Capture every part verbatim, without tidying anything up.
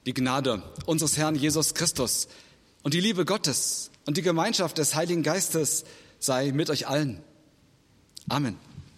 Die Gnade unseres Herrn Jesus Christus und die Liebe Gottes und die Gemeinschaft des Heiligen Geistes sei mit euch allen. Amen.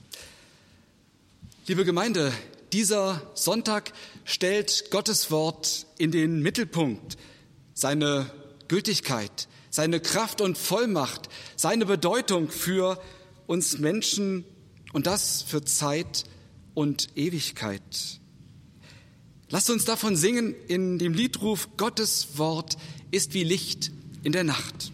Liebe Gemeinde, dieser Sonntag stellt Gottes Wort in den Mittelpunkt. Seine Gültigkeit, seine Kraft und Vollmacht, seine Bedeutung für uns Menschen und das für Zeit und Ewigkeit. Lasst uns davon singen in dem Liedruf: Gottes Wort ist wie Licht in der Nacht.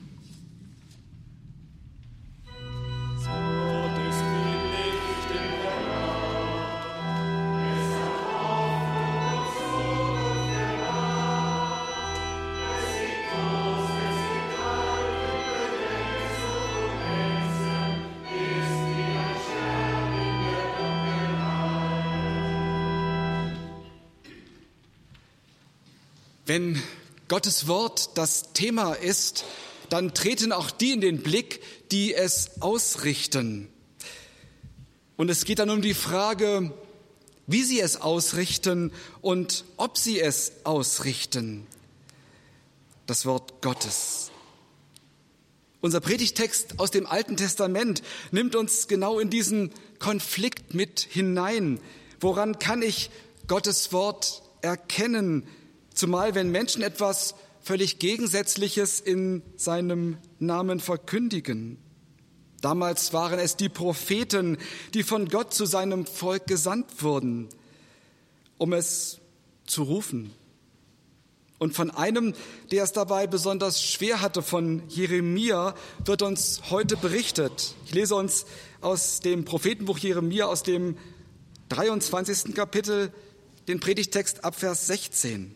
Wenn Gottes Wort das Thema ist, dann treten auch die in den Blick, die es ausrichten. Und es geht dann um die Frage, wie sie es ausrichten und ob sie es ausrichten. Das Wort Gottes. Unser Predigtext aus dem Alten Testament nimmt uns genau in diesen Konflikt mit hinein. Woran kann ich Gottes Wort erkennen? Zumal wenn Menschen etwas völlig Gegensätzliches in seinem Namen verkündigen. Damals waren es die Propheten, die von Gott zu seinem Volk gesandt wurden, um es zu rufen. Und von einem, der es dabei besonders schwer hatte, von Jeremia, wird uns heute berichtet. Ich lese uns aus dem Prophetenbuch Jeremia, aus dem dreiundzwanzigsten Kapitel, den Predigtext ab Vers sechzehn.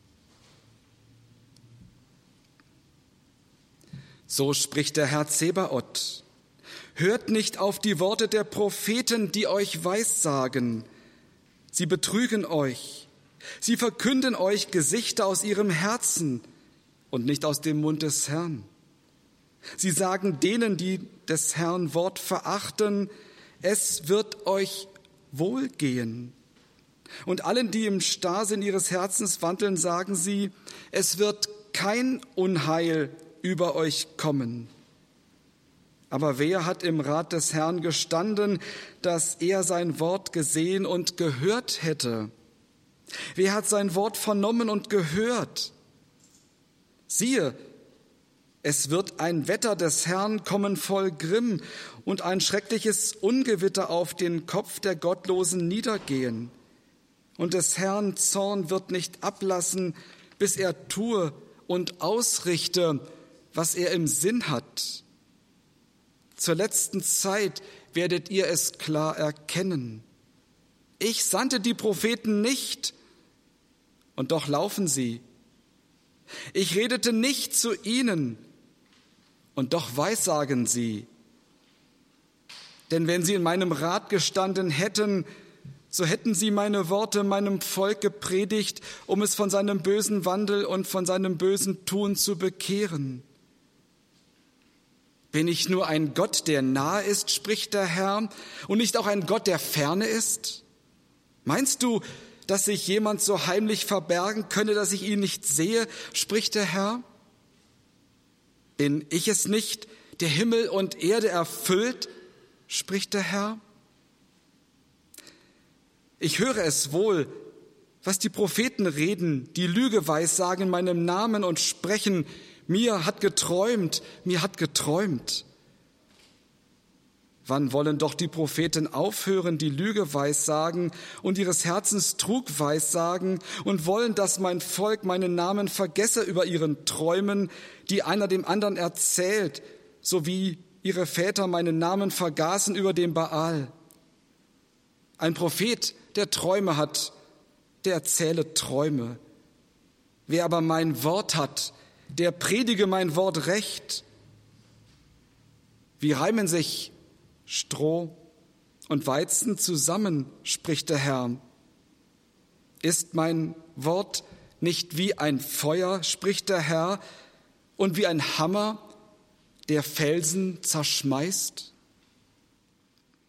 So spricht der Herr Zebaoth: Hört nicht auf die Worte der Propheten, die euch Weissagen. Sie betrügen euch. Sie verkünden euch Gesichter aus ihrem Herzen und nicht aus dem Mund des Herrn. Sie sagen denen, die des Herrn Wort verachten, es wird euch wohlgehen. Und allen, die im Starrsinn ihres Herzens wandeln, sagen sie, es wird kein Unheil über euch kommen. Aber wer hat im Rat des Herrn gestanden, dass er sein Wort gesehen und gehört hätte? Wer hat sein Wort vernommen und gehört? Siehe, es wird ein Wetter des Herrn kommen voll Grimm und ein schreckliches Ungewitter auf den Kopf der Gottlosen niedergehen. Und des Herrn Zorn wird nicht ablassen, bis er tue und ausrichte, was er im Sinn hat. Zur letzten Zeit werdet ihr es klar erkennen. Ich sandte die Propheten nicht, und doch laufen sie. Ich redete nicht zu ihnen, und doch weissagen sie. Denn wenn sie in meinem Rat gestanden hätten, so hätten sie meine Worte meinem Volk gepredigt, um es von seinem bösen Wandel und von seinem bösen Tun zu bekehren. Bin ich nur ein Gott, der nahe ist, spricht der Herr, und nicht auch ein Gott, der ferne ist? Meinst du, dass sich jemand so heimlich verbergen könne, dass ich ihn nicht sehe, spricht der Herr? Bin ich es nicht, der Himmel und Erde erfüllt, spricht der Herr? Ich höre es wohl, was die Propheten reden, die Lüge weissagen in meinem Namen und sprechen, mir hat geträumt, mir hat geträumt. Wann wollen doch die Propheten aufhören, die Lüge weissagen und ihres Herzens Trug weissagen und wollen, dass mein Volk meinen Namen vergesse über ihren Träumen, die einer dem anderen erzählt, so wie ihre Väter meinen Namen vergaßen über den Baal. Ein Prophet, der Träume hat, der erzähle Träume. Wer aber mein Wort hat, der predige mein Wort recht. Wie reimen sich Stroh und Weizen zusammen, spricht der Herr. Ist mein Wort nicht wie ein Feuer, spricht der Herr, und wie ein Hammer, der Felsen zerschmeißt?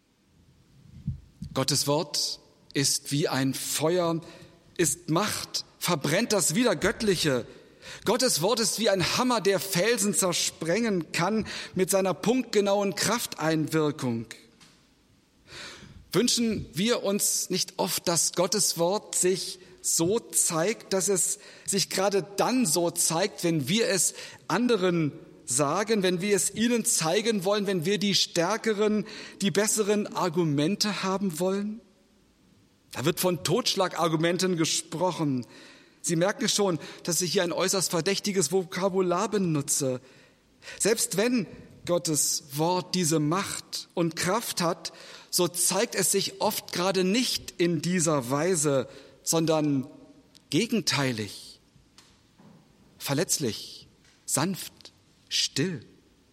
Gottes Wort ist wie ein Feuer, ist Macht verbrennt das Wiedergöttliche. Gottes Wort ist wie ein Hammer, der Felsen zersprengen kann mit seiner punktgenauen Krafteinwirkung. Wünschen wir uns nicht oft, dass Gottes Wort sich so zeigt, dass es sich gerade dann so zeigt, wenn wir es anderen sagen, wenn wir es ihnen zeigen wollen, wenn wir die stärkeren, die besseren Argumente haben wollen? Da wird von Totschlagargumenten gesprochen. Sie merken schon, dass ich hier ein äußerst verdächtiges Vokabular benutze. Selbst wenn Gottes Wort diese Macht und Kraft hat, so zeigt es sich oft gerade nicht in dieser Weise, sondern gegenteilig, verletzlich, sanft, still.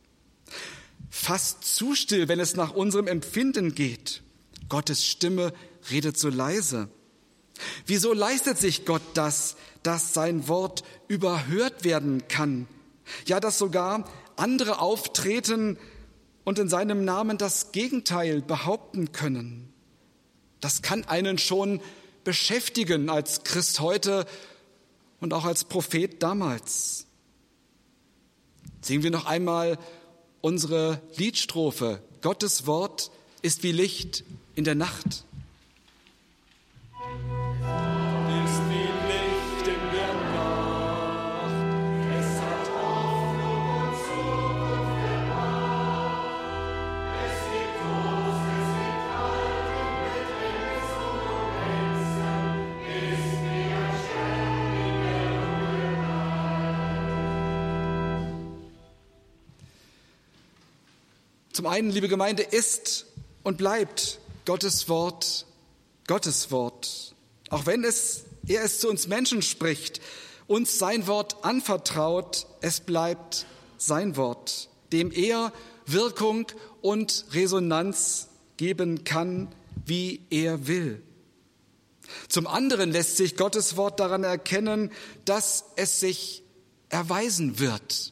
Fast zu still, wenn es nach unserem Empfinden geht. Gottes Stimme redet so leise. Wieso leistet sich Gott das, dass sein Wort überhört werden kann? Ja, dass sogar andere auftreten und in seinem Namen das Gegenteil behaupten können. Das kann einen schon beschäftigen als Christ heute und auch als Prophet damals. Singen wir noch einmal unsere Liedstrophe. Gottes Wort ist wie Licht in der Nacht. Zum einen, liebe Gemeinde, ist und bleibt Gottes Wort Gottes Wort. Auch wenn es, er es zu uns Menschen spricht, uns sein Wort anvertraut, es bleibt sein Wort, dem er Wirkung und Resonanz geben kann, wie er will. Zum anderen lässt sich Gottes Wort daran erkennen, dass es sich erweisen wird.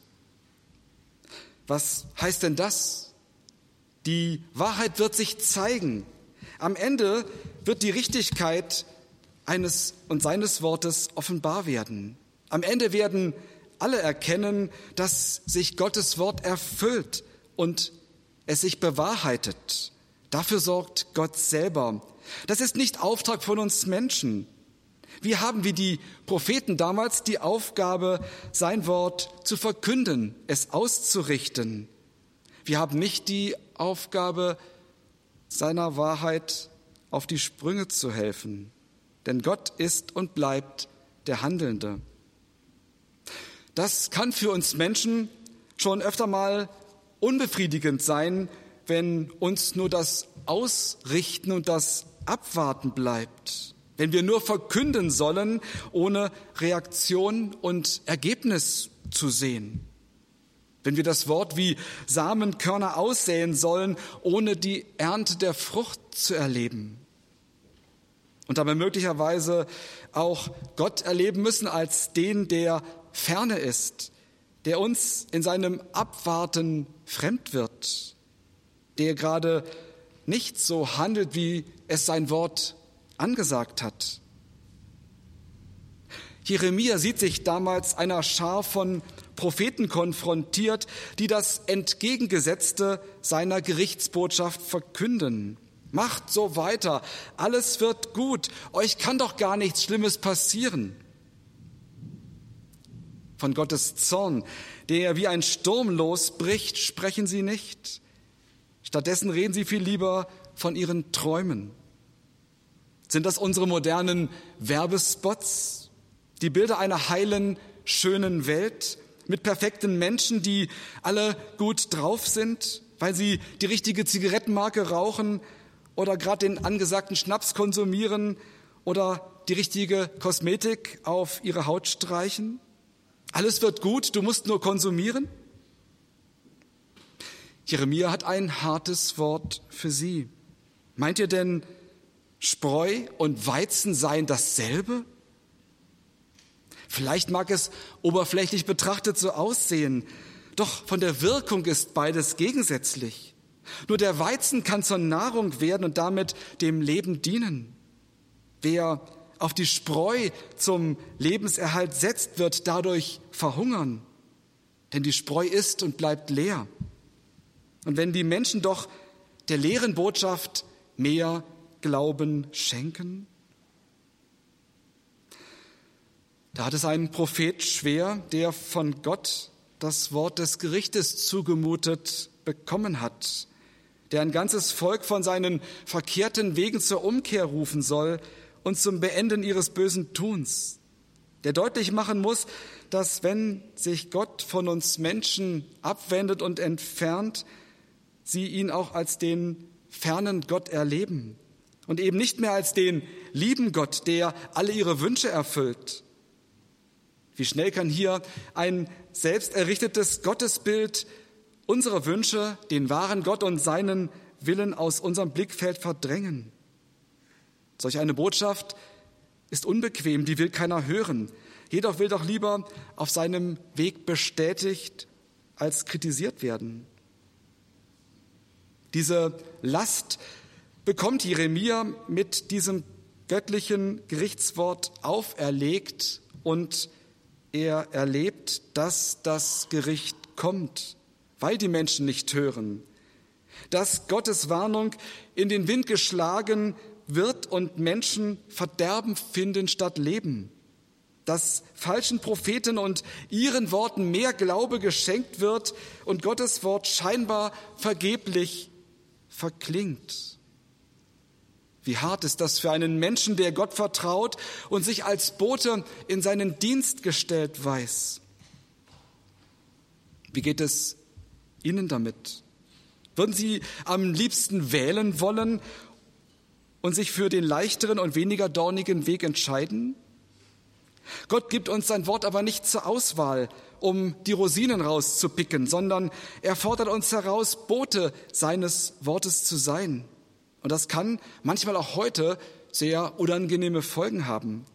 Was heißt denn das? Die Wahrheit wird sich zeigen. Am Ende wird die Richtigkeit eines und seines Wortes offenbar werden. Am Ende werden alle erkennen, dass sich Gottes Wort erfüllt und es sich bewahrheitet. Dafür sorgt Gott selber. Das ist nicht Auftrag von uns Menschen. Wir haben wie die Propheten damals die Aufgabe, sein Wort zu verkünden, es auszurichten. Wir haben nicht die Aufgabe, seiner Wahrheit auf die Sprünge zu helfen. Denn Gott ist und bleibt der Handelnde. Das kann für uns Menschen schon öfter mal unbefriedigend sein, wenn uns nur das Ausrichten und das Abwarten bleibt. Wenn wir nur verkünden sollen, ohne Reaktion und Ergebnis zu sehen. Wenn wir das Wort wie Samenkörner aussäen sollen, ohne die Ernte der Frucht zu erleben. Und dabei möglicherweise auch Gott erleben müssen als den, der ferne ist, der uns in seinem Abwarten fremd wird, der gerade nicht so handelt, wie es sein Wort angesagt hat. Jeremia sieht sich damals einer Schar von Propheten konfrontiert, die das Entgegengesetzte seiner Gerichtsbotschaft verkünden. Macht so weiter, alles wird gut, euch kann doch gar nichts Schlimmes passieren. Von Gottes Zorn, der wie ein Sturm losbricht, sprechen sie nicht. Stattdessen reden sie viel lieber von ihren Träumen. Sind das unsere modernen Werbespots? Die Bilder einer heilen, schönen Welt mit perfekten Menschen, die alle gut drauf sind, weil sie die richtige Zigarettenmarke rauchen oder gerade den angesagten Schnaps konsumieren oder die richtige Kosmetik auf ihre Haut streichen? Alles wird gut, du musst nur konsumieren? Jeremia hat ein hartes Wort für sie. Meint ihr denn, Spreu und Weizen seien dasselbe? Vielleicht mag es oberflächlich betrachtet so aussehen, doch von der Wirkung ist beides gegensätzlich. Nur der Weizen kann zur Nahrung werden und damit dem Leben dienen. Wer auf die Spreu zum Lebenserhalt setzt, wird dadurch verhungern. Denn die Spreu ist und bleibt leer. Und wenn die Menschen doch der leeren Botschaft mehr Glauben schenken? Da hat es einen Prophet schwer, der von Gott das Wort des Gerichtes zugemutet bekommen hat, der ein ganzes Volk von seinen verkehrten Wegen zur Umkehr rufen soll und zum Beenden ihres bösen Tuns, der deutlich machen muss, dass wenn sich Gott von uns Menschen abwendet und entfernt, sie ihn auch als den fernen Gott erleben und eben nicht mehr als den lieben Gott, der alle ihre Wünsche erfüllt. Wie schnell kann hier ein selbst errichtetes Gottesbild unsere Wünsche, den wahren Gott und seinen Willen aus unserem Blickfeld verdrängen? Solch eine Botschaft ist unbequem, die will keiner hören. Jeder will doch lieber auf seinem Weg bestätigt als kritisiert werden. Diese Last bekommt Jeremia mit diesem göttlichen Gerichtswort auferlegt und er erlebt, dass das Gericht kommt, weil die Menschen nicht hören, dass Gottes Warnung in den Wind geschlagen wird und Menschen Verderben finden statt Leben, dass falschen Propheten und ihren Worten mehr Glaube geschenkt wird und Gottes Wort scheinbar vergeblich verklingt. Wie hart ist das für einen Menschen, der Gott vertraut und sich als Bote in seinen Dienst gestellt weiß. Wie geht es Ihnen damit? Würden Sie am liebsten wählen wollen und sich für den leichteren und weniger dornigen Weg entscheiden? Gott gibt uns sein Wort aber nicht zur Auswahl, um die Rosinen rauszupicken, sondern er fordert uns heraus, Bote seines Wortes zu sein. Und das kann manchmal auch heute sehr unangenehme Folgen haben.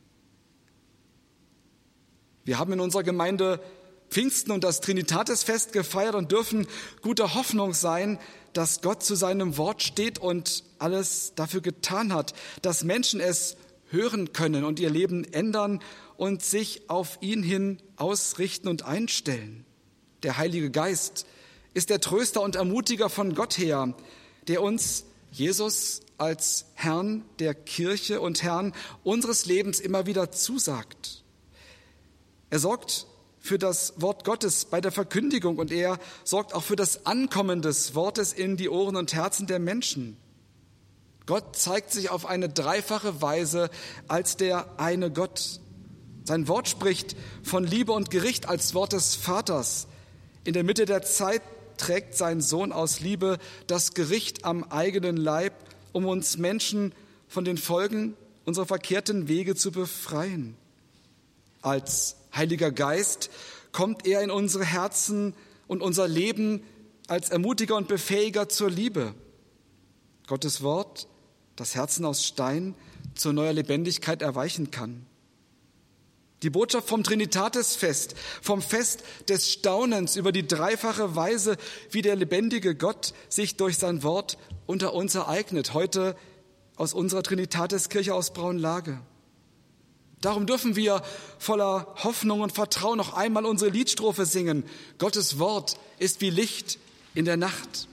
Wir haben in unserer Gemeinde Pfingsten und das Trinitatisfest gefeiert und dürfen guter Hoffnung sein, dass Gott zu seinem Wort steht und alles dafür getan hat, dass Menschen es hören können und ihr Leben ändern und sich auf ihn hin ausrichten und einstellen. Der Heilige Geist ist der Tröster und Ermutiger von Gott her, der uns Jesus als Herrn der Kirche und Herrn unseres Lebens immer wieder zusagt. Er sorgt für das Wort Gottes bei der Verkündigung und er sorgt auch für das Ankommen des Wortes in die Ohren und Herzen der Menschen. Gott zeigt sich auf eine dreifache Weise als der eine Gott. Sein Wort spricht von Liebe und Gericht als Wort des Vaters. In der Mitte der Zeit trägt sein Sohn aus Liebe das Gericht am eigenen Leib, um uns Menschen von den Folgen unserer verkehrten Wege zu befreien. Als Heiliger Geist kommt er in unsere Herzen und unser Leben als Ermutiger und Befähiger zur Liebe. Gottes Wort, das Herzen aus Stein zu neuer Lebendigkeit erweichen kann. Die Botschaft vom Trinitatisfest, vom Fest des Staunens über die dreifache Weise, wie der lebendige Gott sich durch sein Wort unter uns ereignet, heute aus unserer Trinitatiskirche aus Braunlage. Darum dürfen wir voller Hoffnung und Vertrauen noch einmal unsere Liedstrophe singen. Gottes Wort ist wie Licht in der Nacht.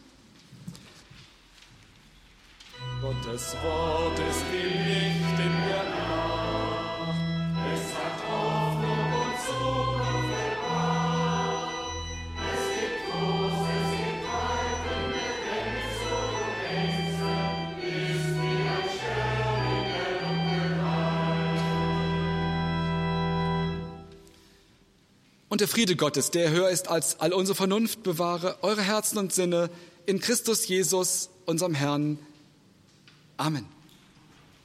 Gottes Wort ist wie Licht in der Nacht. Es hat Hoffnung und Zukunft gebracht. Es gibt Trost, es gibt Halt in der Grenze und Ängste, ist wie ein Stern in der Dunkelheit. Und der Friede Gottes, der höher ist als all unsere Vernunft, bewahre eure Herzen und Sinne in Christus Jesus, unserem Herrn. Amen.